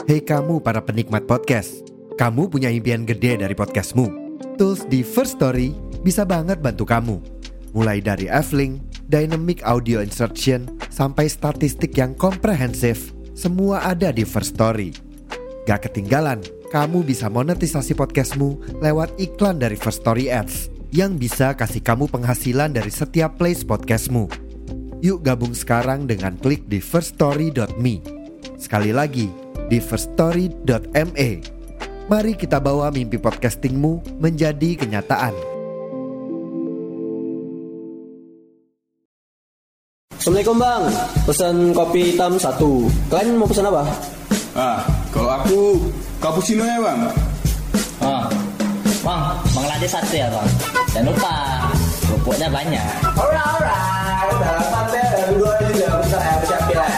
Hei kamu para penikmat podcast, kamu punya impian gede dari podcastmu. Tools di First Story bisa banget bantu kamu. Mulai dari F-Link, Dynamic Audio Insertion, sampai statistik yang komprehensif, semua ada di First Story. Gak ketinggalan, kamu bisa monetisasi podcastmu lewat iklan dari First Story Ads yang bisa kasih kamu penghasilan dari setiap plays podcastmu. Yuk gabung sekarang dengan klik di firststory.me. Sekali lagi, di firststory.me. Mari kita bawa mimpi podcastingmu menjadi kenyataan. Assalamualaikum bang, pesan kopi hitam 1. Kalian mau pesan apa? Kalau aku cappuccino ya bang. Bang, Bangladesh 1 ya bang. Jangan lupa, kerupuknya banyak. Alright, dalam santai ada 2 juga, bentar ya, siapin lah.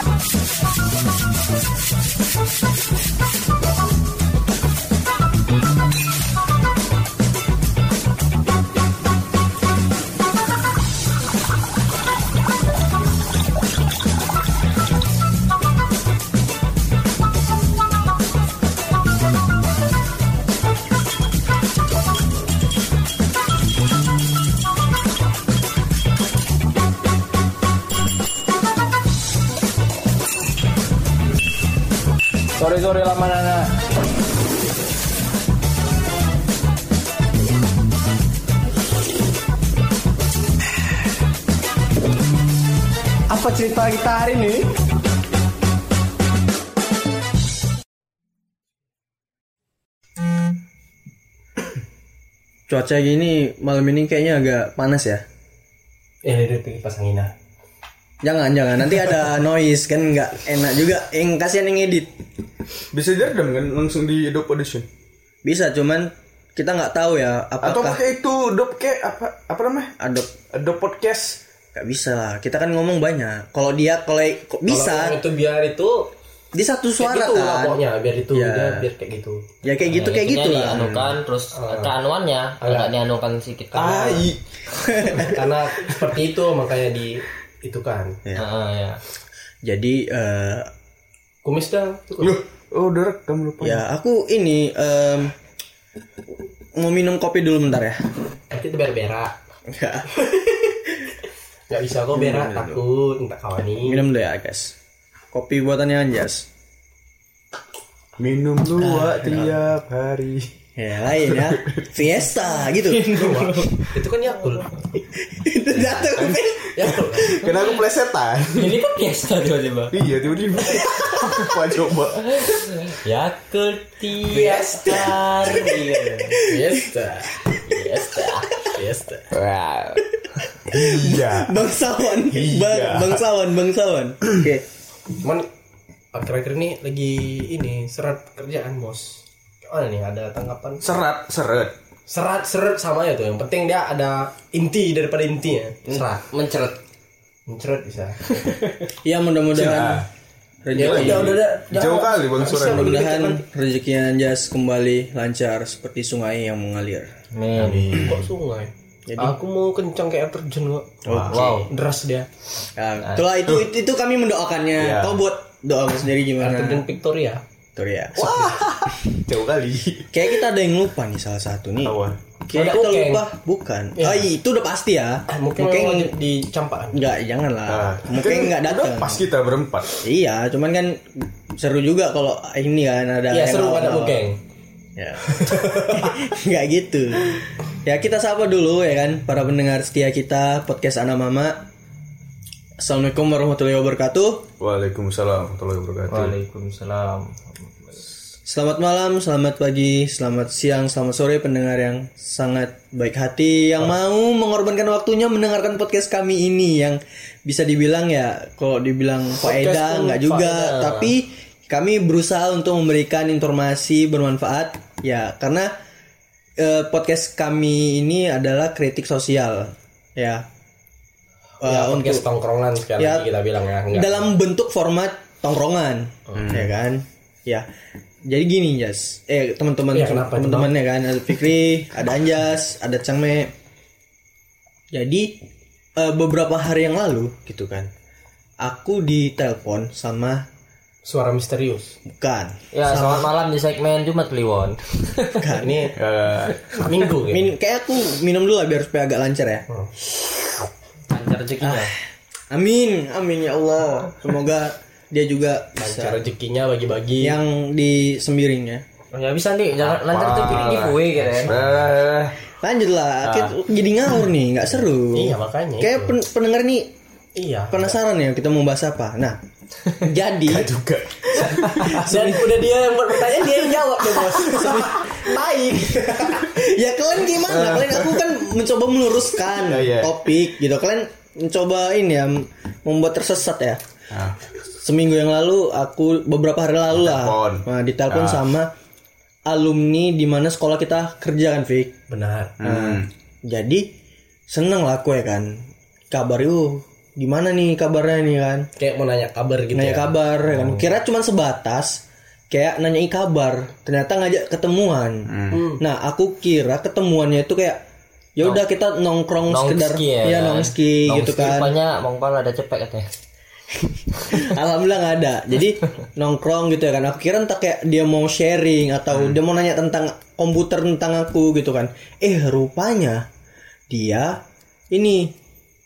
Sore lama nana. Apa cerita kita hari ini? Cuaca gini malam ini kayaknya agak panas ya. Dari kipas angin. Jangan nanti ada noise kan nggak enak juga. Kasihan yang edit. Bisa diredam kan langsung di Adobe Audition? Bisa, cuman kita nggak tahu ya apakah. Atau pakai itu Adobe kayak apa namanya? Adobe Podcast. Nggak bisa lah. Kita kan ngomong banyak. Kalau bisa. Kalau itu biar itu di satu suara gitu, kan. Pokoknya biar itu Ya. biar kayak gitu. Ya kayak gitu lah. Dianukan terus keanuannya agak dianukan sedikit. Karena seperti itu makanya di itu kan. Ya. Jadi Kumis dah. Udah rekam lupa. ya aku ini mau minum kopi dulu bentar ya. Nanti itu berak. Enggak. Gak bisa kok berak, takut minta kawani. Minum dulu ya guys. Kopi buatannya Anjas. Minum dua tiap hari. Ya lain ya. Fiesta gitu. Itu kan Yakult. Itu jatuh. Yakult. Karena aku plesetan. Ini kan biasa tiba-tiba. Iya tiba-tiba. Apa coba? Yakult Fiesta. Fiesta. Wow. Iya. Bangsawan. Bangsawan. Oke. Cuman akhir-akhir ini lagi seret kerjaan bos. Gimana nih, ada tanggapan? Seret. Seret sama aja tuh. Yang penting dia ada inti daripada intinya. Serat. Menceret bisa. Ya mudah-mudahan rezeki. Jauh kali bang Suran. Mudah-mudahan rezekinya Anjas kembali lancar seperti sungai yang mengalir. Kok sungai? Jadi Aku mau kencang kayak air terjun kok. Wow. Deras dia. Ya, itulah itu kami mendoakannya. Iya. Kau buat doa sendiri Air gimana? terjun Victoria. Victoria. Jauh kali. Kayak kita ada yang lupa nih salah satu nih. Awan. Kayak Ada kita Mukeng. lupa, bukan? Ya. Itu udah pasti ya. Mungkin wajib dicampakkan. Enggak, janganlah. Mungkin enggak datang. Pas kita berempat. Iya, cuman kan seru juga kalau ini kan ada. Iya, yang seru ada awal-awal. Mukeng. Ya. Enggak gitu. Ya kita sapa dulu ya kan para pendengar setia kita podcast Anak Mama. Assalamualaikum warahmatullahi wabarakatuh. Waalaikumsalam warahmatullahi wabarakatuh. Waalaikumsalam. Selamat malam, selamat pagi, selamat siang, selamat sore pendengar yang sangat baik hati yang mau mengorbankan waktunya mendengarkan podcast kami ini yang bisa dibilang ya kalau dibilang faedah enggak juga, tapi kami berusaha untuk memberikan informasi bermanfaat ya karena podcast kami ini adalah kritik sosial ya. Podcast tongkrongan sekali ya, kita bilang ya. Enggak. Dalam bentuk format tongkrongan, ya kan? Ya. Jadi gini, Jas. Teman-temannya kan, ada Fikri, ada Anjas, ada Cangme. Jadi beberapa hari yang lalu gitu kan, aku ditelepon sama Suara misterius. Bukan. Ya, selamat malam di segmen Jumat Kliwon. Bukan. Ini minggu ya. Kayak aku minum dulu lah biar supaya agak lancar ya. Lancar rezekinya. Amin ya Allah. Semoga dia juga bisa Lancar rezekinya bagi-bagi. yang di sembiring ya. Oh, ya bisa nih, jangan lancar rezeki giveaway gitu ya. Lanjut lah, kita jadi ngawur nih, nggak seru. Iya, makanya Kayak itu. pendengar nih Iya. penasaran ya kita mau bahas apa. Nah, jadi Juga. Dan udah dia yang buat pertanyaan, dia yang jawab deh, Bos. Baik. ya kalian gimana? Kalian aku kan mencoba meluruskan topik gitu. Kalian mencoba ini ya membuat tersesat ya. Seminggu yang lalu beberapa hari lalu lah. Nah, ditelepon sama alumni di mana sekolah kita kerja kan, Fik. Benar. Jadi seneng lah aku ya kan. Kabar gimana nih kabarnya nih kan? Kayak mau nanya kabar gitu Nanya ya. kabar ya kan. Kira cuma sebatas kayak nanyai kabar, ternyata ngajak ketemuan. Nah, aku kira ketemuannya itu kayak ya udah kita nongkrong sekedar ya, nongski gitu kan. Rupanya Bang Pal ada cepet katanya. Alhamdulillah nggak ada. Jadi nongkrong gitu ya kan. Aku kira entah kayak dia mau sharing atau dia mau nanya tentang komputer tentang aku gitu kan. Rupanya dia ini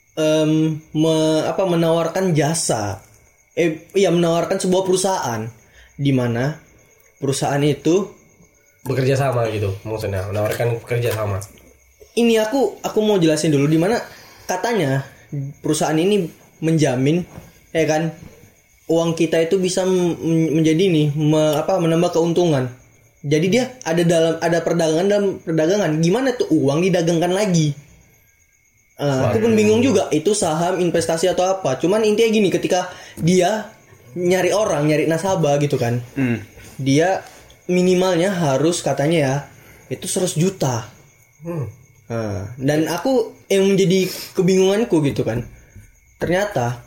menawarkan jasa. Menawarkan sebuah perusahaan di mana perusahaan itu Bekerja sama gitu. Maksudnya menawarkan bekerja sama. ini aku mau jelasin dulu di mana katanya perusahaan ini menjamin ya kan uang kita itu bisa menjadi menambah keuntungan. Jadi dia ada perdagangan dalam perdagangan. Gimana tuh uang didagangkan lagi? Aku pun bingung juga itu saham, investasi atau apa. Cuman intinya gini, ketika dia nyari nasabah gitu kan. Dia minimalnya harus katanya ya itu 100 juta. Dan aku yang menjadi kebingunganku gitu kan. Ternyata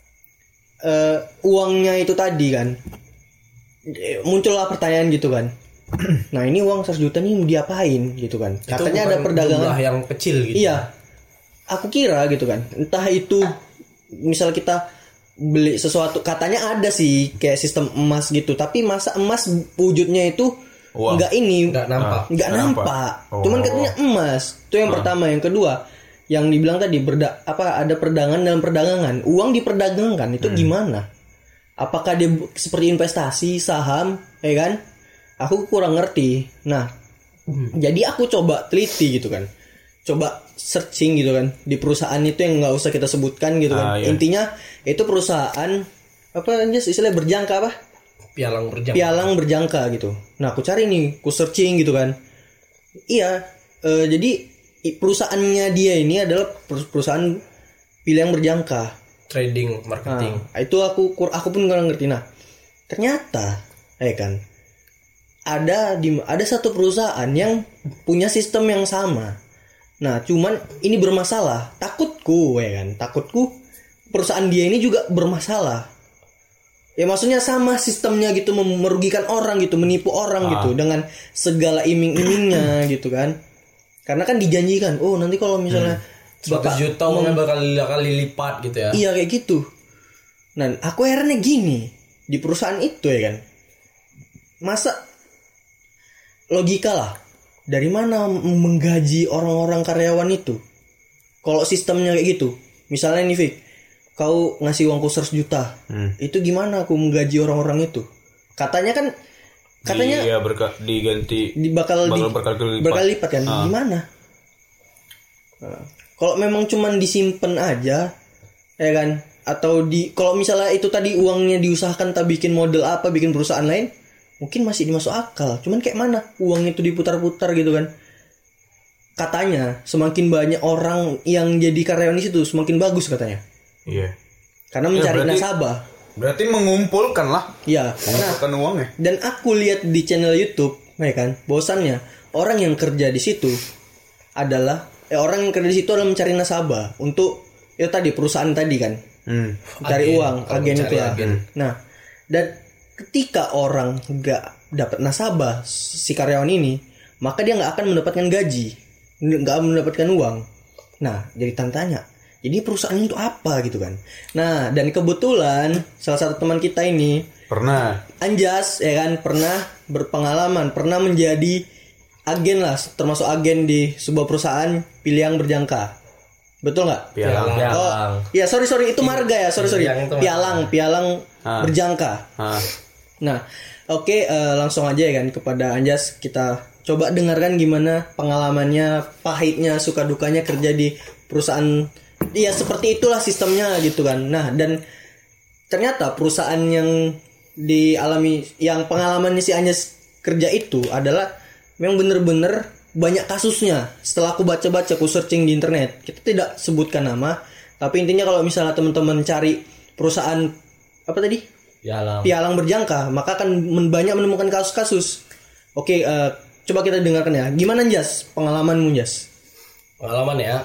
uangnya itu tadi kan muncullah pertanyaan gitu kan. Nah, ini uang 100 juta nih mau diapain gitu kan. Katanya ada perdagangan yang kecil gitu. Iya. Aku kira gitu kan. Entah itu misal kita beli sesuatu, katanya ada sih kayak sistem emas gitu, tapi masa emas wujudnya itu enggak nampak. Enggak nampak. Cuman katanya emas. Itu yang pertama. Yang kedua, yang dibilang tadi ada perdagangan dalam perdagangan. Uang diperdagangkan itu gimana? Apakah dia seperti investasi, saham, ya kan? Aku kurang ngerti. Nah, jadi aku coba teliti gitu kan. Coba searching gitu kan di perusahaan itu yang nggak usah kita sebutkan gitu kan. Intinya itu perusahaan apa aja istilahnya berjangka apa? Pialang berjangka gitu. Nah, aku cari nih, aku searching gitu kan. Iya, jadi perusahaannya dia ini adalah perusahaan pialang berjangka. Trading, marketing. Nah, itu aku pun kurang ngerti. Nah, ternyata kan ada satu perusahaan yang punya sistem yang sama. Nah, cuman ini bermasalah. Takutku perusahaan dia ini juga bermasalah. Ya maksudnya sama sistemnya gitu, merugikan orang gitu, menipu orang gitu dengan segala iming-imingnya gitu kan. Karena kan dijanjikan, nanti kalau misalnya 100 juta bakal lipat gitu ya. Iya kayak gitu. Nah, aku herannya gini, di perusahaan itu ya kan. Masa logika lah. Dari mana menggaji orang-orang karyawan itu? Kalau sistemnya kayak gitu. Misalnya nih, Fik, kau ngasih uangku 100 juta. Itu gimana aku menggaji orang-orang itu? Katanya diganti bakal berkali lipat kan? Gimana? Kalau memang cuman disimpan aja, ya kan? Atau kalau misalnya itu tadi uangnya diusahakan tak bikin model apa, bikin perusahaan lain, mungkin masih dimasuk akal. Cuman kayak mana uang itu diputar-putar gitu kan. Katanya semakin banyak orang yang jadi karyawan di situ semakin bagus katanya. Iya. Karena mencari nasabah. Berarti mengumpulkan lah. Iya. Mengumpulkan uangnya. Dan aku lihat di channel YouTube, ya kan, bosannya orang yang kerja di situ adalah mencari nasabah untuk itu tadi perusahaan tadi kan. Cari uang, agen itu ya. Nah, dan ketika orang nggak dapat nasabah si karyawan ini, maka dia nggak akan mendapatkan gaji, nggak mendapatkan uang. Nah, jadi tanya, jadi perusahaan itu apa gitu kan? Nah, dan kebetulan salah satu teman kita ini Pernah. Anjas ya kan pernah berpengalaman, pernah menjadi agen lah, termasuk agen di sebuah perusahaan Pialang Berjangka. Betul nggak? Pialang. Oh, iya sorry itu marga ya, sorry. Pialang Berjangka. Nah, oke, langsung aja ya kan kepada Anjas, kita coba dengarkan gimana pengalamannya, pahitnya, suka dukanya kerja di perusahaan. Iya seperti itulah sistemnya gitu kan. Nah dan ternyata perusahaan yang dialami, yang pengalamannya si Anjas kerja itu adalah memang bener-bener banyak kasusnya. Setelah aku baca-baca, aku searching di internet, kita tidak sebutkan nama, tapi intinya kalau misalnya teman-teman cari perusahaan apa tadi? Pialang Berjangka, maka akan banyak menemukan kasus-kasus. Oke, coba kita dengarkan ya. Gimana Jas? Pengalamanmu Jas? Pengalaman ya.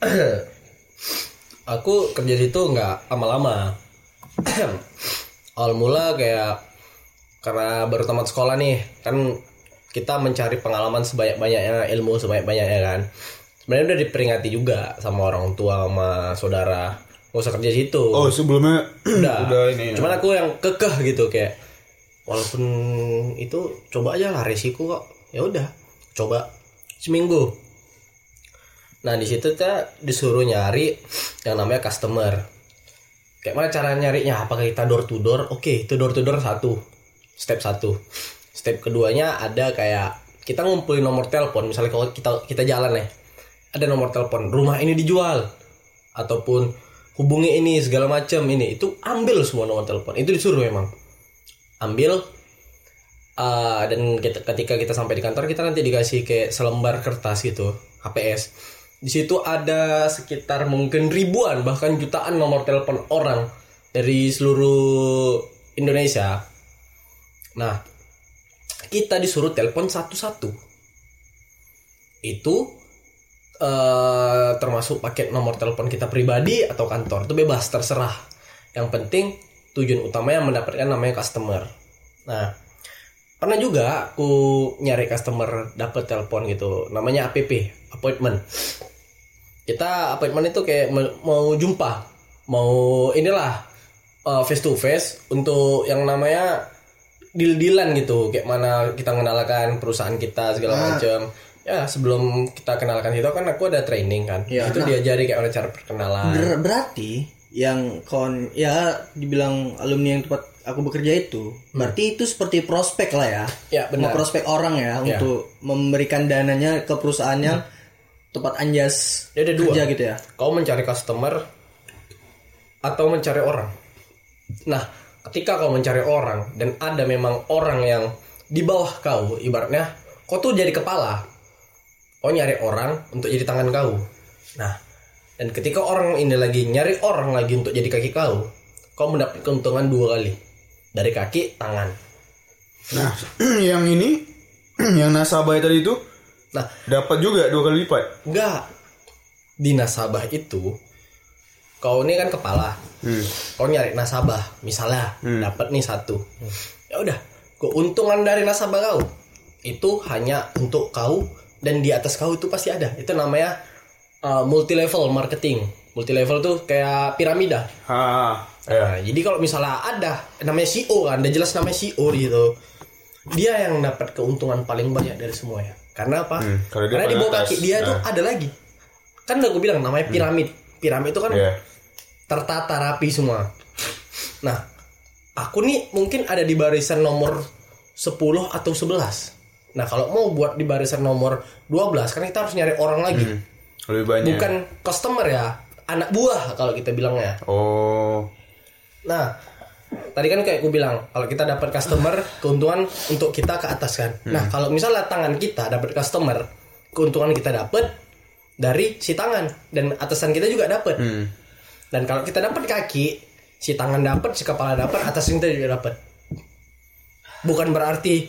Aku kerja situ nggak lama-lama. Awal mula kayak karena baru tamat sekolah nih, kan kita mencari pengalaman sebanyak-banyaknya, ilmu sebanyak-banyaknya kan. Sebenarnya udah diperingati juga sama orang tua, sama saudara, nggak usah kerja situ. Oh sebelumnya udah ini. Cuman aku yang kekeh gitu, kayak walaupun itu coba aja lah, resiko kok. Ya udah, coba seminggu. Nah di situ kita disuruh nyari yang namanya customer. Kayak mana cara nyarinya? Apakah kita door to door? Oke, itu door to door step 1. Step keduanya ada kayak kita ngumpulin nomor telepon. Misalnya kalau kita jalan nih, ada nomor telepon, rumah ini dijual, ataupun hubungi ini segala macam ini. Itu ambil semua nomor telepon. Itu disuruh memang ambil. Dan ketika kita sampai di kantor, kita nanti dikasih kayak selembar kertas gitu, HPS. Di situ ada sekitar mungkin ribuan bahkan jutaan nomor telepon orang dari seluruh Indonesia. Nah, kita disuruh telepon satu-satu. Itu termasuk paket nomor telepon kita pribadi atau kantor, itu bebas, terserah. Yang penting tujuan utamanya mendapatkan namanya customer. Nah, pernah juga aku nyari customer dapat telepon gitu, namanya APP, appointment. Kita appointment itu kayak mau jumpa, mau inilah face to face untuk yang namanya deal-dealan gitu, kayak mana kita mengenalkan perusahaan kita segala macam. Ya sebelum kita kenalkan itu kan aku ada training kan, ya, itu diajari kayak mana cara perkenalan. Berarti yang dibilang alumni yang tempat aku bekerja itu, berarti itu seperti prospek lah ya. Ya benar. Prospek orang ya, untuk memberikan dananya ke perusahaan yang tempat Anjas kerja gitu ya. Kau mencari customer atau mencari orang. Nah, ketika kau mencari orang dan ada memang orang yang di bawah kau, ibaratnya kau tuh jadi kepala, kau nyari orang untuk jadi tangan kau. Nah, dan ketika orang ini lagi nyari orang lagi untuk jadi kaki kau mendapat keuntungan 2 kali, dari kaki tangan. Nah, yang ini, yang nasabah tadi itu, nah dapat juga 2 kali lipat. Enggak, di nasabah itu kau ini kan kepala, kau nyari nasabah, misalnya dapat nih 1, ya udah, keuntungan dari nasabah kau itu hanya untuk kau, dan di atas kau itu pasti ada. Itu namanya multi level marketing. Multi level tuh kayak piramida. Nah, jadi kalau misalnya ada namanya CEO kan, udah jelas namanya CEO gitu, dia yang dapat keuntungan paling banyak dari semuanya. Karena apa? Karena di bawah kaki dia tuh ada lagi. Kan udah gue bilang namanya piramid. Piramid itu kan tertata rapi semua. Nah, aku nih mungkin ada di barisan nomor 10 atau 11. Nah, kalau mau buat di barisan nomor 12 kan kita harus nyari orang lagi. Lebih banyak. Bukan customer ya, anak buah kalau kita bilangnya. Oh. Nah, tadi kan kayak gue bilang, kalau kita dapat customer, keuntungan untuk kita ke atas kan. Nah, kalau misalnya tangan kita dapat customer, keuntungan kita dapat dari si tangan, dan atasan kita juga dapat. Dan kalau kita dapat kaki, si tangan dapat, si kepala dapat, atasan kita juga dapat. Bukan berarti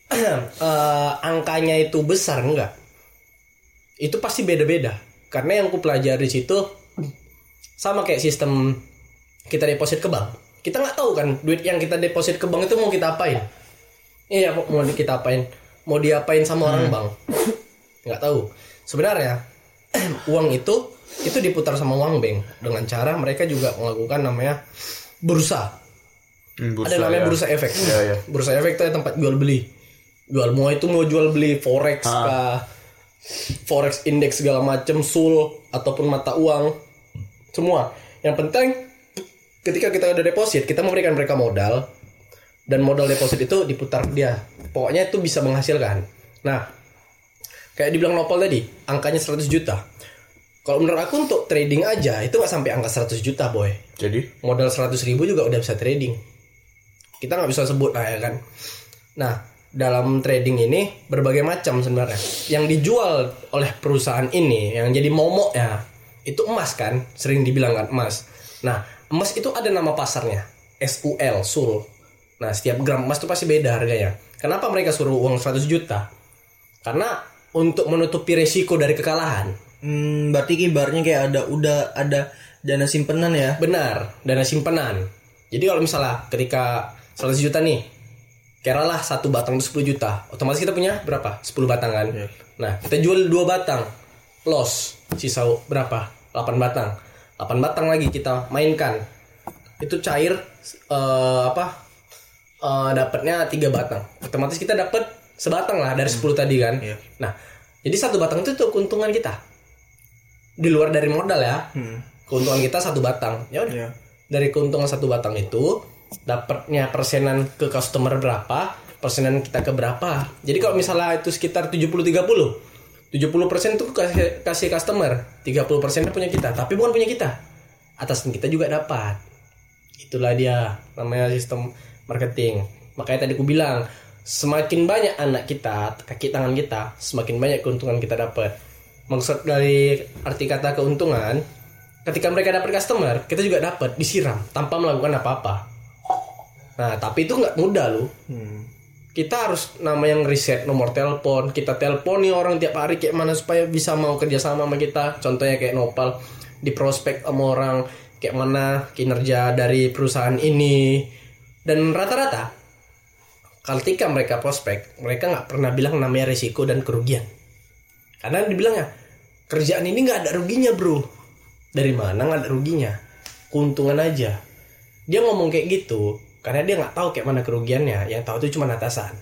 angkanya itu besar, enggak. Itu pasti beda-beda. Karena yang aku pelajari di situ sama kayak sistem kita deposit ke bank. Kita nggak tahu kan duit yang kita deposit ke bank itu mau kita apain. Iya, mau kita apain? Mau diapain sama orang bank? Nggak tahu. Sebenarnya uang itu diputar sama uang bank dengan cara mereka juga melakukan namanya bursa. Ada namanya bursa efek. Bursa efek itu tempat jual beli. Jual jual beli forex kah, forex index segala macam, SUL ataupun mata uang, semua. Yang penting ketika kita udah deposit, kita memberikan mereka modal, dan modal deposit itu diputar dia. Pokoknya itu bisa menghasilkan. Nah, kayak dibilang Nopal tadi, angkanya 100 juta. Kalau menurut aku untuk trading aja itu gak sampai angka 100 juta boy. Jadi modal 100 ribu juga udah bisa trading. Kita gak bisa sebut lah ya kan. Nah, dalam trading ini berbagai macam sebenarnya. Yang dijual oleh perusahaan ini, yang jadi momok ya, itu emas kan. Sering dibilang kan emas. Nah, emas itu ada nama pasarnya, SUL, SUL. Nah, setiap gram emas itu pasti beda harganya. Kenapa mereka suruh uang 100 juta? Karena untuk menutupi resiko dari kekalahan. Berarti kibarnya kayak udah ada dana simpenan ya? Benar, dana simpenan. Jadi kalau misalnya ketika 100 juta nih, kiralah satu batang itu 10 juta. Otomatis kita punya berapa? 10 batang kan? Yeah. Nah, kita jual 2 batang. Loss. Sisa berapa? 8 batang. 8 batang lagi kita mainkan. Itu cair dapatnya 3 batang. Otomatis kita dapat sebatang lah dari 10 tadi kan. Yeah. Nah, jadi satu batang itu tuh keuntungan kita. Di luar dari modal ya. Keuntungan kita 1 batang. Ya udah. Yeah. Dari keuntungan 1 batang itu dapatnya persenan ke customer berapa, persenan kita ke berapa. Jadi kalau misalnya itu sekitar 70-30, 70% itu kasih customer, 30% punya kita, tapi bukan punya kita. Atasan kita juga dapat. Itulah dia namanya sistem marketing. Makanya tadi aku bilang, semakin banyak anak kita, kaki tangan kita, semakin banyak keuntungan kita dapat. Maksud dari arti kata keuntungan, ketika mereka dapat customer, kita juga dapat disiram tanpa melakukan apa-apa. Nah, tapi itu nggak mudah loh. Kita harus namanya riset nomor telepon. Kita telepon nih orang tiap hari kayak mana supaya bisa mau kerja sama kita. Contohnya kayak Nopal, di prospek sama orang kayak mana kinerja dari perusahaan ini. Dan rata-rata ketika mereka prospek, mereka nggak pernah bilang namanya risiko dan kerugian. Karena dibilangnya kerjaan ini nggak ada ruginya bro. Dari mana nggak ada ruginya? Keuntungan aja. Dia ngomong kayak gitu karena dia nggak tahu kayak mana kerugiannya. Yang tahu itu cuma atasan.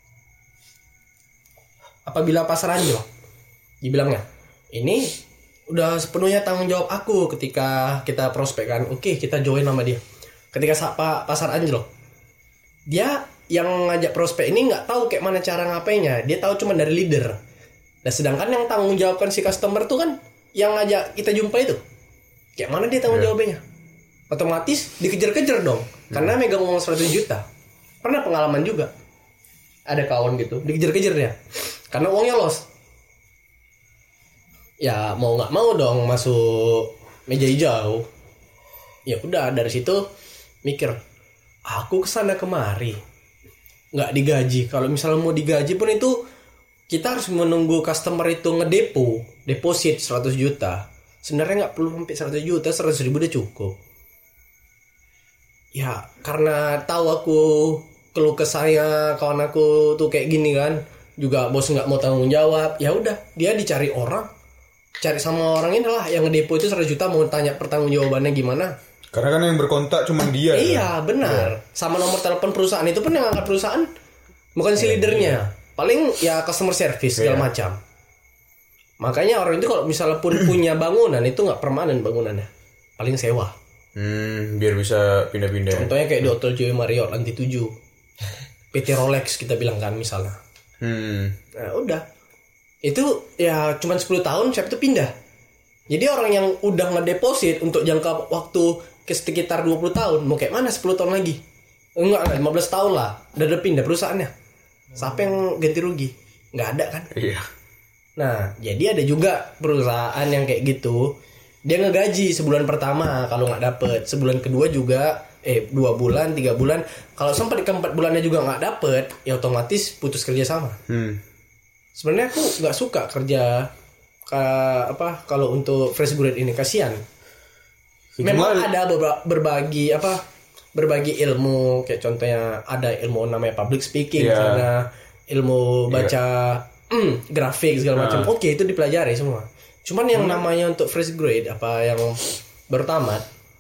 Apabila pasar anjlok, dibilangnya ini udah sepenuhnya tanggung jawab aku ketika kita prospek kan. Oke, kita join sama dia. Ketika pasar anjlok, dia yang ngajak prospek ini nggak tahu kayak mana cara ngapainya. Dia tahu cuma dari leader. Nah, sedangkan yang tanggung jawabkan si customer tuh kan yang ngajak kita jumpa itu. Kayak mana dia tanggung jawabnya? Otomatis dikejar-kejar dong. Karena megang uang 100 juta. Pernah pengalaman juga. Ada kawan gitu, dikejar-kejar dia. Karena uangnya loss. Ya mau gak mau dong masuk meja hijau. Ya udah dari situ mikir, aku kesana kemari gak digaji. Kalau misalnya mau digaji pun itu kita harus menunggu customer itu ngedepo, deposit 100 juta. Sebenarnya gak perlu sampai 100 juta, 100 ribu udah cukup. Ya karena tahu aku keluh kesahnya kawan aku tuh kayak gini kan, juga bos nggak mau tanggung jawab. Ya udah dia dicari orang, cari sama orang ini lah yang ngedepo itu 100 juta mau tanya pertanggung jawabannya gimana. Karena kan yang berkontak cuma dia. Iya kan? Benar. Sama nomor telepon perusahaan itu pun yang angkat perusahaan bukan si leadernya. Paling ya customer service segala macam. Makanya orang itu kalau misalnya pun punya bangunan itu nggak permanen bangunannya, paling sewa. Biar bisa pindah-pindah. Contohnya kayak di Hotel Joy Marriott lantai 7, PT Rolex kita bilang kan misalnya. Nah udah, itu ya cuma 10 tahun siapa itu pindah. Jadi orang yang udah ngedeposit untuk jangka waktu ke sekitar 20 tahun, mau kayak mana 10 tahun lagi? Enggak, 15 tahun lah, udah pindah perusahaannya. Siapa yang ganti rugi? Nggak ada kan? Iya. Nah, jadi ada juga perusahaan yang kayak gitu. Dia ngegaji sebulan pertama kalau nggak dapet, sebulan kedua juga 2 bulan, 3 bulan. Kalau sampai di keempat bulannya juga nggak dapet, ya otomatis putus kerja sama. Sebenarnya aku nggak suka kerja kalau untuk fresh grade ini, kasihan. Memang ada berbagi ilmu, kayak contohnya ada ilmu namanya public speaking, karena ilmu baca grafik segala macam. Oke, itu dipelajari semua. Cuman yang namanya untuk fresh grade yang baru tamat,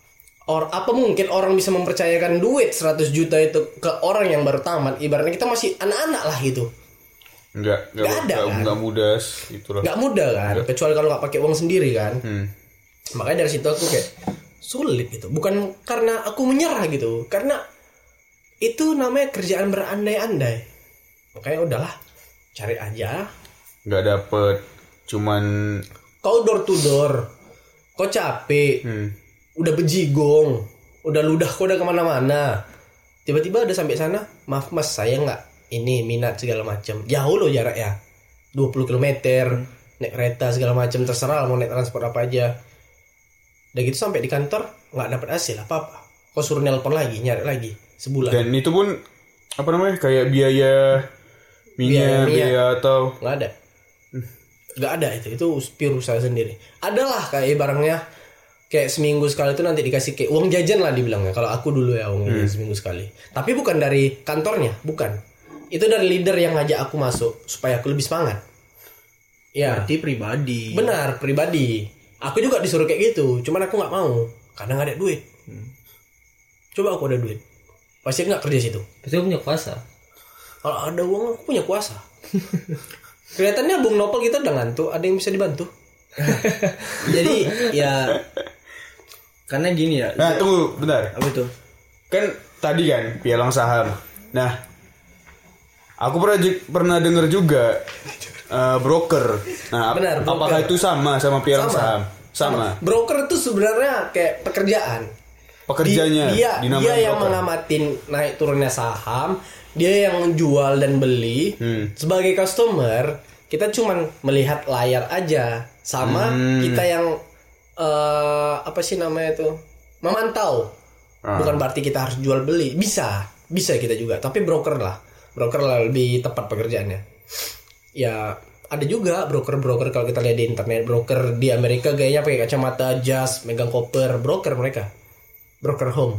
apa mungkin orang bisa mempercayakan duit 100 juta itu ke orang yang baru tamat? Ibaratnya kita masih anak-anak lah gitu. Enggak kan? mudah itulah. Enggak mudah kan, kecuali kalau enggak pakai uang sendiri kan. Makanya dari situ aku kayak sulit gitu. Bukan karena aku menyerah gitu, karena itu namanya kerjaan berandai-andai. Makanya udahlah, cari aja. Enggak dapet, cuman kau door to door, kau capek, udah bejigong, udah ludah kau udah kemana-mana. Tiba-tiba udah sampai sana, maaf mas saya nggak ini minat segala macam. Jauh loh jarak ya, 20 km, naik kereta segala macam, terserah mau naik transport apa aja. Udah gitu sampai di kantor nggak dapat hasil apa-apa. Kau suruh nelpon lagi, nyari lagi sebulan. Dan itu pun apa namanya kayak biaya biaya atau nggak ada itu pure usaha sendiri. Adalah kayak barangnya kayak seminggu sekali itu nanti dikasih kayak uang jajan lah dibilangnya. Kalau aku dulu ya uang jajan seminggu sekali. Tapi bukan dari kantornya, bukan. Itu dari leader yang ngajak aku masuk supaya aku lebih semangat. Ya. Berarti pribadi. Benar, pribadi. Aku juga disuruh kayak gitu, cuman aku nggak mau karena nggak ada duit. Coba aku ada duit, pasti nggak kerja situ. Pasti punya kuasa. Kalau ada uang aku punya kuasa. Kelihatannya Bung Nopal kita udah ngantuk, ada yang bisa dibantu. Jadi ya karena gini ya. Nah tunggu bentar. Apa itu? Kan tadi kan pialang saham. Nah aku pernah dengar juga broker. Nah Benar, broker. apakah itu sama pialang saham? Sama. Broker itu sebenarnya kayak pekerjaan. Pekerjanya dia yang broker. mengamatin naik turunnya saham, dia yang jual dan beli. Sebagai customer, kita cuman melihat layar aja, sama kita yang apa sih namanya itu, memantau. Bukan berarti kita harus jual beli, bisa kita juga, tapi broker lah lebih tepat pekerjaannya. Ya ada juga broker kalau kita lihat di internet, broker di Amerika gayanya pakai kacamata jas, megang koper, broker mereka. Broker home.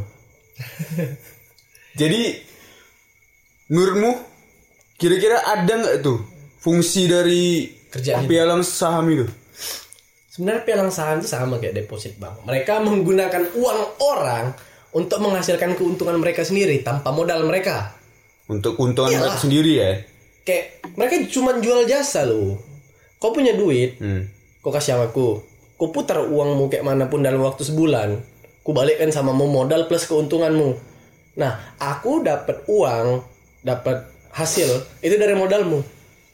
Jadi menurutmu kira-kira ada nggak tuh fungsi dari Kerjaan pialang saham itu? Sebenarnya pialang saham itu sama kayak deposit bank. Mereka menggunakan uang orang untuk menghasilkan keuntungan mereka sendiri tanpa modal mereka. Untuk keuntungan mereka sendiri ya? Kayak mereka cuma jual jasa loh. Kau punya duit, kau kasih sama aku. Kau putar uangmu kayak manapun dalam waktu sebulan. Ku balikkan sama modal plus keuntunganmu. Nah, aku dapat uang, dapat hasil itu dari modalmu.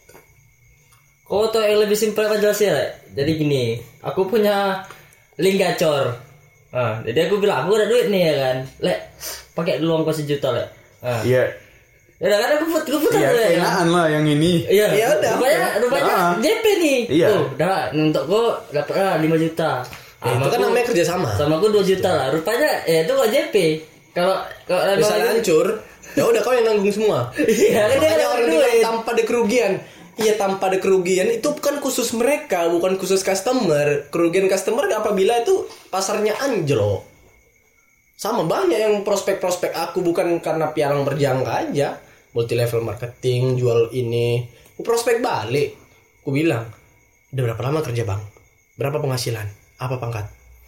Kau tau yang lebih simpel apa jelasnya? Jadi gini, aku punya link gacor. Jadi aku bilang aku ada duit nih ya kan. Lek, pakai dulu uang 1 juta lek. Iya. Ya udah kan aku putar Iya, dulu ya. kenaan lah yang ini. Iya, Ya udah. rupanya JP nih. Iya. Udah untuk gua dapat 5 juta. Ya, itu kan namanya kerjasama. Sama aku 2 juta lah. Rupanya ya itu kok JP. Kalau Misalnya hancur, ya udah kau yang nanggung semua. Iya, kan dia Makanya dapat orang duit. bilang tanpa ada kerugian. Iya, tanpa ada kerugian itu bukan khusus mereka, bukan khusus customer. Kerugian customer apabila itu pasarnya anjlok. Sama banyak yang prospek-prospek aku bukan karena pialang berjangka aja. Multi level marketing, jual ini. Aku prospek balik. Aku bilang, udah berapa lama kerja bang? Berapa penghasilan? Apa pangkat?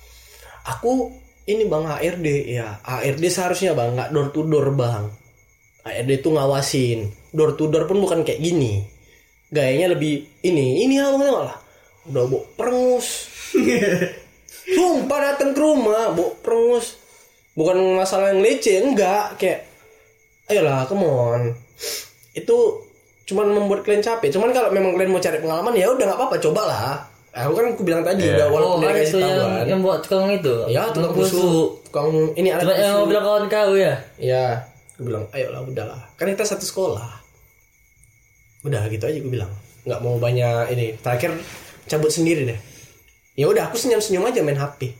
Aku ini bang ARD ya. ARD seharusnya bang nggak door to door bang. ARD itu ngawasin. Door to door pun bukan kayak gini. Gayanya lebih ini abang tengok lah. Udah bawa perengus. Sumpah datang ke rumah bawa perengus. Bukan masalah yang leceh, enggak, kayak ayolah come on. Itu cuman membuat kalian capek. Cuman kalau memang kalian mau cari pengalaman ya udah nggak apa-apa, cobalah. Aku kan aku bilang tadi udah walaupun dia kasih tahuan. yang buat tukang itu. Ya tukang busuk, tukang ini alat Coba yang mau bilang kawan kau ya. Ya, aku bilang ayolah udahlah. Kan kita satu sekolah. Udah gitu aja aku bilang. Nggak mau banyak ini. Terakhir cabut sendiri deh. Ya udah aku senyum-senyum aja main HP.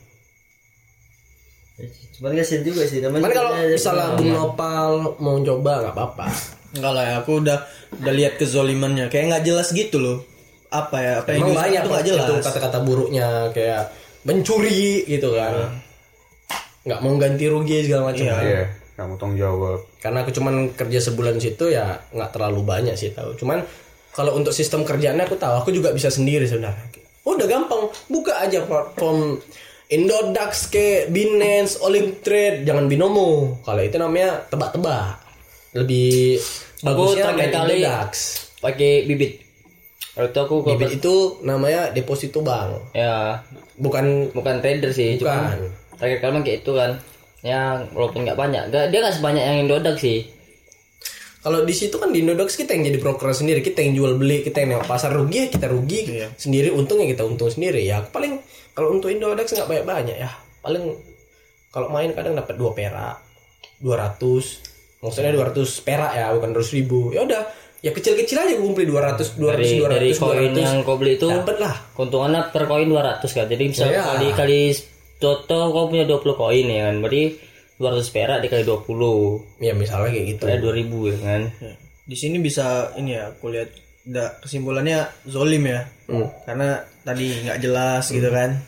Cuman kasihan juga sih namanya. Kan kalau misalnya Bung Nopal mau coba nggak apa-apa. Enggak lah ya, aku udah lihat kezolimannya. Kayak nggak jelas gitu loh. Apa yang Emang banyak itu nggak jelas. itu kata-kata buruknya kayak mencuri gitu kan. Nggak mau ganti rugi segala macam. Iya, kamu tanggung jawab. Karena aku cuman kerja sebulan situ ya nggak terlalu banyak sih tahu. Cuman kalau untuk sistem kerjaannya aku tahu. Aku juga bisa sendiri sebenarnya. Udah gampang, buka aja platform Indodax ke Binance, Olimtrade, jangan binomo. Kalau itu namanya tebak-tebak. Lebih bagusnya main Indodax. Pakai bibit. Kalau itu aku Bibit itu namanya deposito bank. Ya, Bukan trader sih, cuma terakhir kali kayak itu kan. Yang walaupun nggak banyak, dia nggak sebanyak yang Indodax sih. kalau di situ kan di Indodax kita yang jadi broker sendiri, kita yang jual beli, kita yang nengok pasar rugi ya kita rugi sendiri, untungnya kita untung sendiri ya. Paling kalau untuk Indodax nggak banyak ya. Paling kalau main kadang dapat 2 perak, 200. Maksudnya 200 perak ya, bukan 200.000. Ya udah, ya kecil-kecil aja kumpul 200 dari koin yang kau beli itu dapat lah. Keuntungannya per koin 200 kan. Jadi bisa kali toto kau punya 20 koin ya kan. Berarti 200 perak dikali 20. Ya misalnya kayak gitu. Ada 2000 ya kan. Di sini bisa ini ya, aku lihat kesimpulannya zolim ya. Karena tadi nggak jelas gitu kan.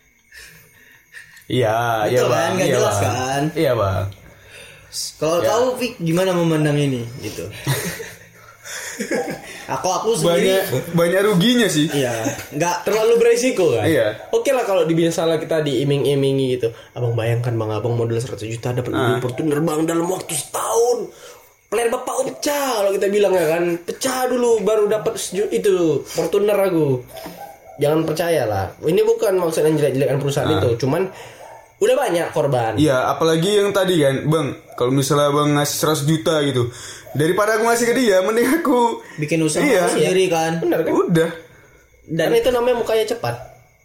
Iya, Betul kan, Bang. nggak Iya, jelas Bang. kan. Iya, Bang. Kalau tahu Fik gimana memandang ini gitu. aku sendiri Banyak ruginya sih. iya, nggak Terlalu beresiko kan? Iya. Oke lah kalau misalnya kita diiming-imingi gitu. Abang bayangkan Bang, abang modal 100 juta dapat mobil Fortuner Bang dalam waktu setahun. Plan bapak pecah kalau kita bilang ya kan. Pecah dulu baru dapat itu Fortuner aku. Jangan percaya lah. Ini bukan maksudnya jelek-jelekan perusahaan itu, cuman udah banyak korban. Iya, apalagi yang tadi kan, Bang. Kalau misalnya Bang ngasih 100 juta gitu, daripada aku ngasih ke dia, mending aku bikin usaha sendiri kan. Bener kan? Udah. Dan itu namanya mukanya cepat.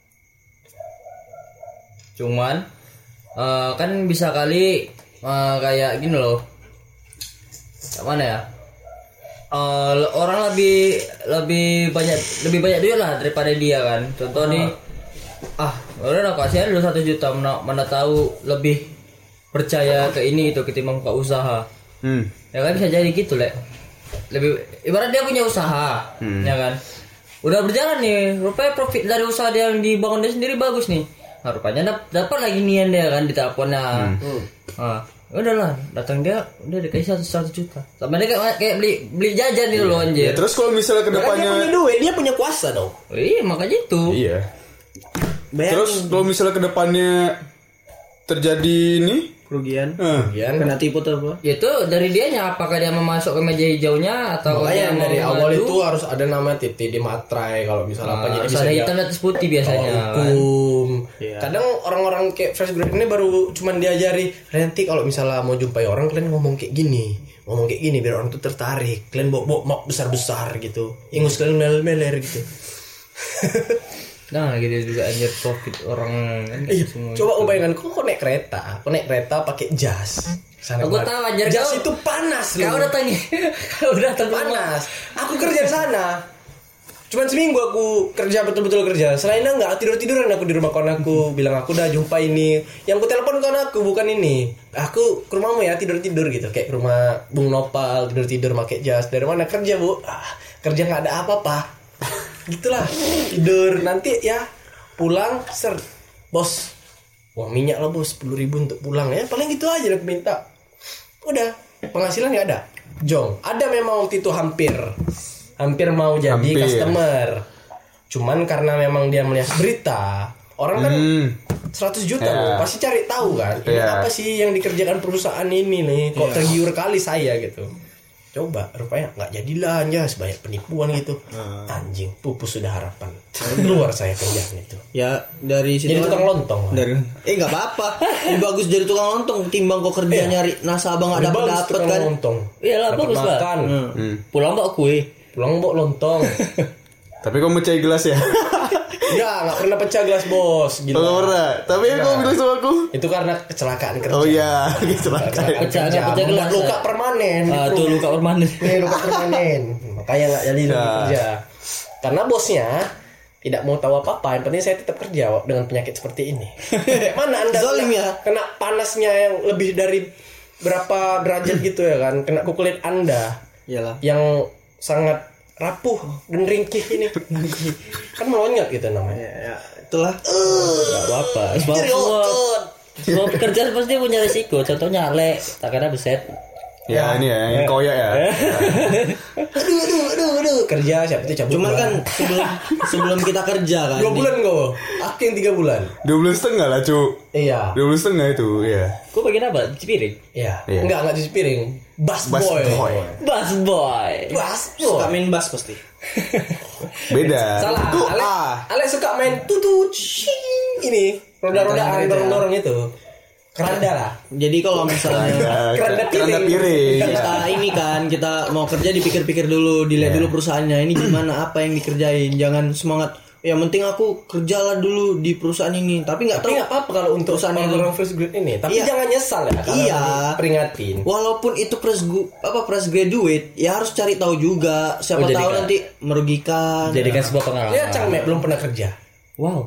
Cuman kan bisa kali kayak gini loh. Mana ya? Orang lebih banyak duit lah daripada dia kan. Contoh nih, orang aku kasih dulu 1 juta, mana tahu lebih percaya ke ini gitu ketimbang ke usaha. Ya kan bisa jadi gitu lek. Lebih ibarat dia punya usaha, ya kan. Udah berjalan nih, rupanya profit dari usaha dia yang dibangun dia sendiri bagus nih. Nah, rupanya dapat lagi nian dia kan di teleponnya. Udahlah, datang dia udah dikasih 1 juta. Sama dia kayak beli jajan gitu loh anjir. Ya, terus kalau misalnya ke Dia depannya punya duit, dia punya kuasa dong. Iya, makanya itu. Iya. Terus kalau misalnya ke depannya terjadi ini Kerugian. Kena Tipu terus. Itu dari dianya, apakah dia mau masuk ke meja hijaunya atau makanya dia mau dari awal mengadu? itu harus ada nama titik di matrai kalau misalnya apa jadi Harus bisa ada dia hitam di atas putih biasanya kan. hukum. Kadang orang-orang kayak fresh grad ini baru cuman diajari nanti kalau misalnya mau jumpai orang kalian ngomong kayak gini biar orang tuh tertarik. Kalian bawa map besar-besar gitu. Ingus kalian meler gitu. Nah gitu juga anjir profit orang kan Iya, semua. coba kau bayangkan kau naik kereta pakai jas. Aku tahu anjir jas kau- itu panas Kau loh. datang nih. Kau datang Panas. Aku kerja di sana. Cuman seminggu aku kerja betul-betul kerja. Selainnya enggak tidur-tiduran aku di rumah kawan aku. Bilang aku udah jumpa ini. Yang ku telepon kawan aku bukan ini. Aku ke rumahmu ya tidur-tidur gitu. Kayak ke rumah Bung Nopal tidur-tidur pakai jas. Dari mana kerja, Bu? Kerja enggak ada apa-apa. Gitulah. Tidur nanti ya pulang bos. Uang minyak lah bos 10.000 untuk pulang ya. Paling gitu aja aku minta. Udah. Penghasilan enggak ada. Jong. Ada memang waktu itu hampir mau jadi customer. Cuman karena memang dia melihat berita, orang kan 100 juta loh, pasti cari tahu kan. Ini apa sih yang dikerjakan perusahaan ini nih? Kok tergiur kali saya gitu. Coba, rupanya nggak jadilah aja sebanyak penipuan gitu. Anjing, pupus sudah harapan. Keluar saya kerjaan itu. Ya dari situ Jadi tukang lontong. Dari nggak apa-apa. Lebih bagus jadi tukang lontong timbang kok kerja nyari nasabah nggak Bagus dapat tukang kan. lontong. Iyalah, Dapat bagus lah. makan. Pulang bawa kue. Pulang bawa lontong. tapi kau mecah gelas ya. Nggak pernah pecah gelas bos. Gila. Nggak pernah. Tapi kau bilang sama aku. Itu karena kecelakaan kerja. Oh iya, kecelakaan. Pecah gelas. Luka permanen. Tuh luka permanen. Luka permanen. Makanya nggak jadi lagi kerja. Karena bosnya tidak mau tahu apa-apa. Yang penting saya tetap kerja dengan penyakit seperti ini. Mana anda Zalim ya? kena panasnya yang lebih dari berapa derajat gitu ya kan? Kena ke kulit anda Iyalah. yang sangat rapuh dan ringkih ini. Kan melonyot gitu namanya. Ya, itulah. Gak apa-apa. Semua pekerjaan pasti punya resiko. Contohnya tak kena beset. Ya ini ya, yang koyak ya. Aduh, kerja siapa itu cabut. Cuman kan sebelum kita kerja kan. 2 bulan kok. Aku yang 3 bulan. 2 bulan setengah lah, Cuk. Iya. 2 bulan setengah itu, iya. Kau bagian apa? Cuci piring? Iya. Iya. Enggak cuci piring. Busboy. Bus boy. Suka main bass pasti. Beda. Salah. Itu Alex suka main tutut. Ini roda-rodaan dorong-dorong itu. Keranda lah. Jadi kalau misalnya Keranda piring. kita ini kan kita mau kerja dipikir-pikir dulu, dilihat dulu perusahaannya ini gimana, apa yang dikerjain. Jangan semangat ya penting aku kerjalah dulu di perusahaan ini. Tapi nggak tahu. Tapi nggak apa-apa kalau untuk perusahaan ini. orang fresh grade ini. Tapi Iya. jangan nyesal ya. Kalau Iya. peringatin. Walaupun itu fresh graduate, ya harus cari tahu juga. Siapa tahu jadikan. nanti merugikan. Jadikan sebuah pengalaman. Dia Cang Mek belum pernah kerja. Wow.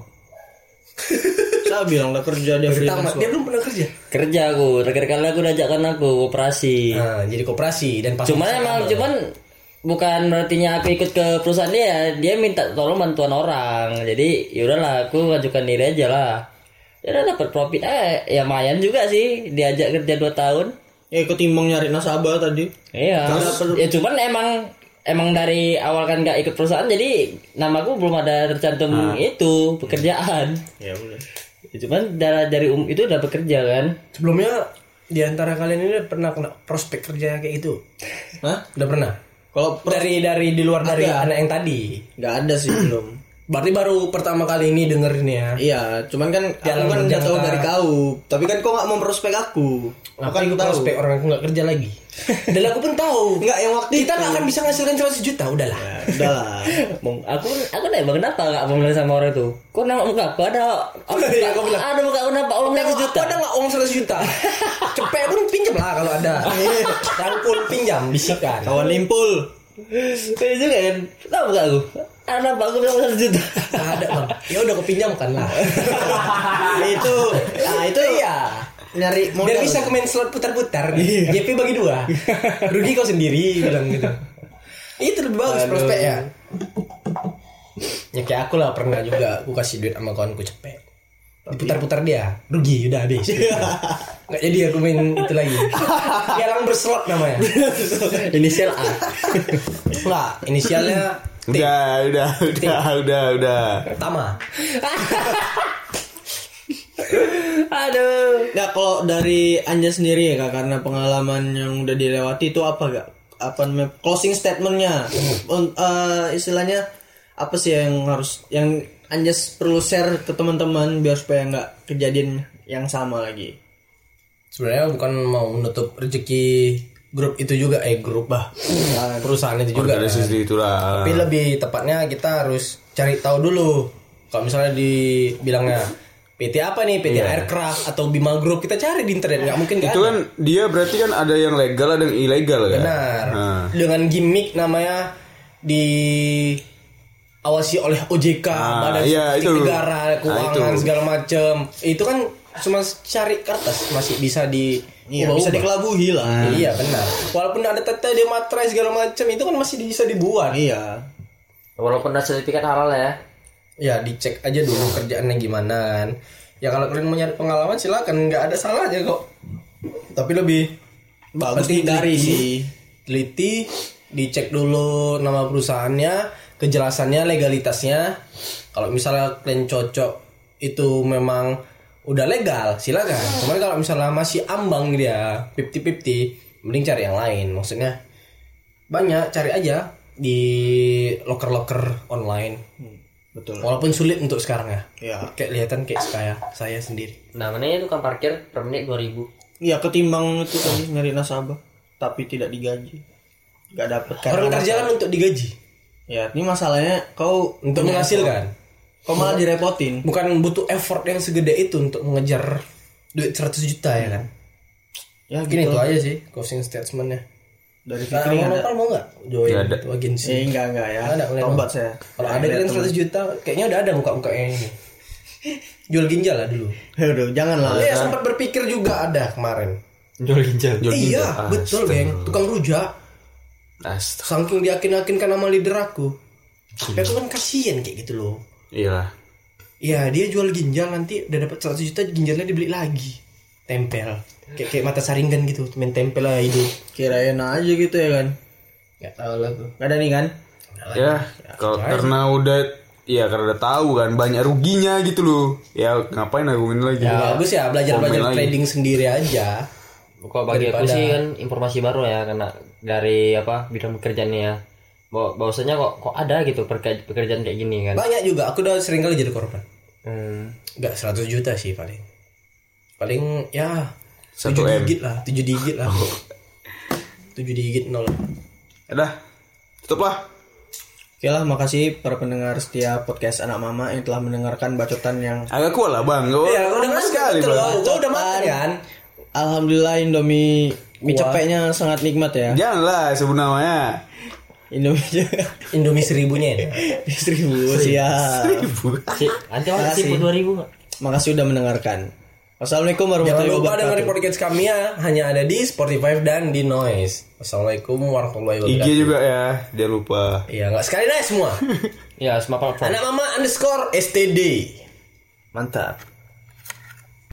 Saya bilang udah kerja dia freelance. Dia belum pernah kerja. Kerja aku, terakhir kali aku ajakkan aku operasi. Nah, jadi koperasi dan pas Cuman bukan berartinya aku ikut ke perusahaan dia minta tolong bantuan orang. Jadi yaudahlah aku ngajukan diri aja lah. Ya udah dapat profit ya lumayan juga sih diajak kerja 2 tahun. Ya ketimbang nyari nasabah tadi. Iya. Ya cuman emang dari awal kan nggak ikut perusahaan jadi namaku belum ada tercantum itu pekerjaan. Ya udah. Ya, cuman dari itu udah bekerja kan. Sebelumnya di antara kalian ini udah pernah kena prospek kerja kayak gitu? Hah? Udah pernah? Kalau Dari di luar dari Ada. anak yang tadi. nggak ada sih belum. Berarti baru pertama kali ini dengerin ya. Iya, cuman kan Jalan aku kan udah berjangka. tahu dari kau. Tapi kan kau nggak mau prospek aku. Ngapain gue prospek orang aku nggak kerja lagi? Dan aku pun tahu. Enggak yang waktu Kita itu. nggak akan bisa ngasilkan 100 juta, udahlah. Ya, udahlah. Aku nanya kenapa nggak mau bilang sama orang itu? Kok nama muka aku ada? Iya, kau bilang. Ada muka aku nampak uang 100 juta. Ada nggak uang 100 juta? Cepet pun pinjam lah kalau ada. Rangkul pinjam, bisikan. Kawan limpul. Itu juga kan. Tahu muka aku? Ada nampak aku bilang 100 juta. Nggak ada bang. Ya udah kau pinjamkan lah. itu Iya. nyari modal. Biar bisa ke main slot putar-putar. GP bagi 2. Rugi kau sendiri bilang gitu. Itu lebih bagus prospeknya. Ya kayak aku lah pernah juga aku kasih duit sama kawanku cepet. Diputar-putar dia, rugi udah habis. Nggak jadi aku main itu lagi. Galang berslot namanya. Inisial A. Enggak, inisialnya T. Udah. Tama. Aduh. Nggak, kalau dari Anja sendiri ya Kak, karena pengalaman yang udah dilewati itu apa gak? Apa namanya closing statementnya? Istilahnya apa sih yang Anja perlu share ke teman-teman biar supaya nggak kejadian yang sama lagi? Sebenarnya bukan mau menutup rezeki grup itu juga grup perusahaan itu juga kan. Organisasi itulah. Tapi lebih tepatnya kita harus cari tahu dulu. Kalau misalnya dibilangnya PT apa nih, PT Aircraft atau Bima Group, kita cari di internet, nggak mungkin nggak Itu ada. kan dia berarti kan ada yang legal ada yang ilegal kan. Benar. Nah. Dengan gimmick namanya diawasi oleh OJK, Badan iya, Statistik itu. Negara, Keuangan itu. segala macam. Itu kan cuma cari kertas masih bisa di Iya, bisa dikelabuhi lah. Iya benar. Walaupun ada tete dia materai segala macam itu kan masih bisa dibuat. Iya. Walaupun ada sertifikat halal ya. Ya dicek aja dulu kerjaannya gimana kan. Ya kalau kalian mau nyari pengalaman silakan, nggak ada salahnya kok. Tapi lebih Bagus penting dihindari sih. teliti, dicek dulu nama perusahaannya, kejelasannya, legalitasnya. Kalau misalnya kalian cocok itu memang udah legal, silakan. Cuman kalau misalnya masih ambang dia 50-50, mending cari yang lain. Maksudnya banyak, cari aja di loker-loker online. Betul. Walaupun sulit untuk sekarang ya. Iya. Kayak kelihatan kayak saya sendiri. Namanya itu kan parkir per menit 2.000. Iya, ketimbang itu tadi nyari nasabah tapi tidak digaji. Nggak dapet Orang karena kerja kan untuk digaji, ya, ini masalahnya kau untuk punya menghasilkan. effort. Kau malah direpotin. Bukan butuh effort yang segede itu untuk mengejar duit 100 juta ya kan. Ya Mungkin gitu. itu aja sih closing statementnya. Dari Nah, Fikri mau ada. lokal mau nggak join Nggak ada. itu agensi? Enggak ya. Ada, boleh Tobat mau. saya. Kalau ada kalian 100 juta, kayaknya udah ada muka-muka yang ini. Jual ginjal lah dulu. Aduh, jangan lah. Iya, sempat berpikir juga ada kemarin. Jual ginjal. Iya, betul, Bang. Tukang rujak. Astaga. Saking diyakin-yakinkan sama leader aku. Tapi aku kan kasihan kayak gitu loh. Iya. Iya, dia jual ginjal nanti udah dapat 100 juta, ginjalnya dibeli lagi. tempel. Kayak mata saringan gitu, main tempel lah hidup. Kirain aja gitu ya kan. Enggak tahu lah tuh. Gak ada nih kan? Ya, kalau karena udah tahu kan banyak ruginya gitu loh. Ya ngapain argumen lagi? Ya bagus ya belajar trading sendiri aja. Kok bagi aku sih kan informasi baru ya karena dari bidang pekerjaannya ya. Bahwasanya kok ada gitu pekerjaan kayak gini kan. Banyak juga, aku udah sering kali jadi korban. Enggak 100 juta sih paling. Paling ya 7 digit lah. 7 digit 0. Udah, tutup lah. Oke lah, makasih para pendengar setia podcast Anak Mama yang telah mendengarkan bacotan yang agak kuat lah bang. Ya udah sekali bang. Udah makan kan. Alhamdulillah Indomie mie cepeknya sangat nikmat ya. Janganlah sebut namanya. Indomie 1000-nya ya. 1000 siap. 1000. Nanti orang 1000 enggak? Makasih udah mendengarkan. Wassalamualaikum warahmatullahi wabarakatuh. Jangan lupa dengerin podcast kami ya, hanya ada di Spotify dan di Noise. Wassalamualaikum warahmatullahi wabarakatuh. IG juga ya, jangan lupa. Iya, enggak sekali deh semua. Ya, semua platform. Anak Mama _STD. Mantap.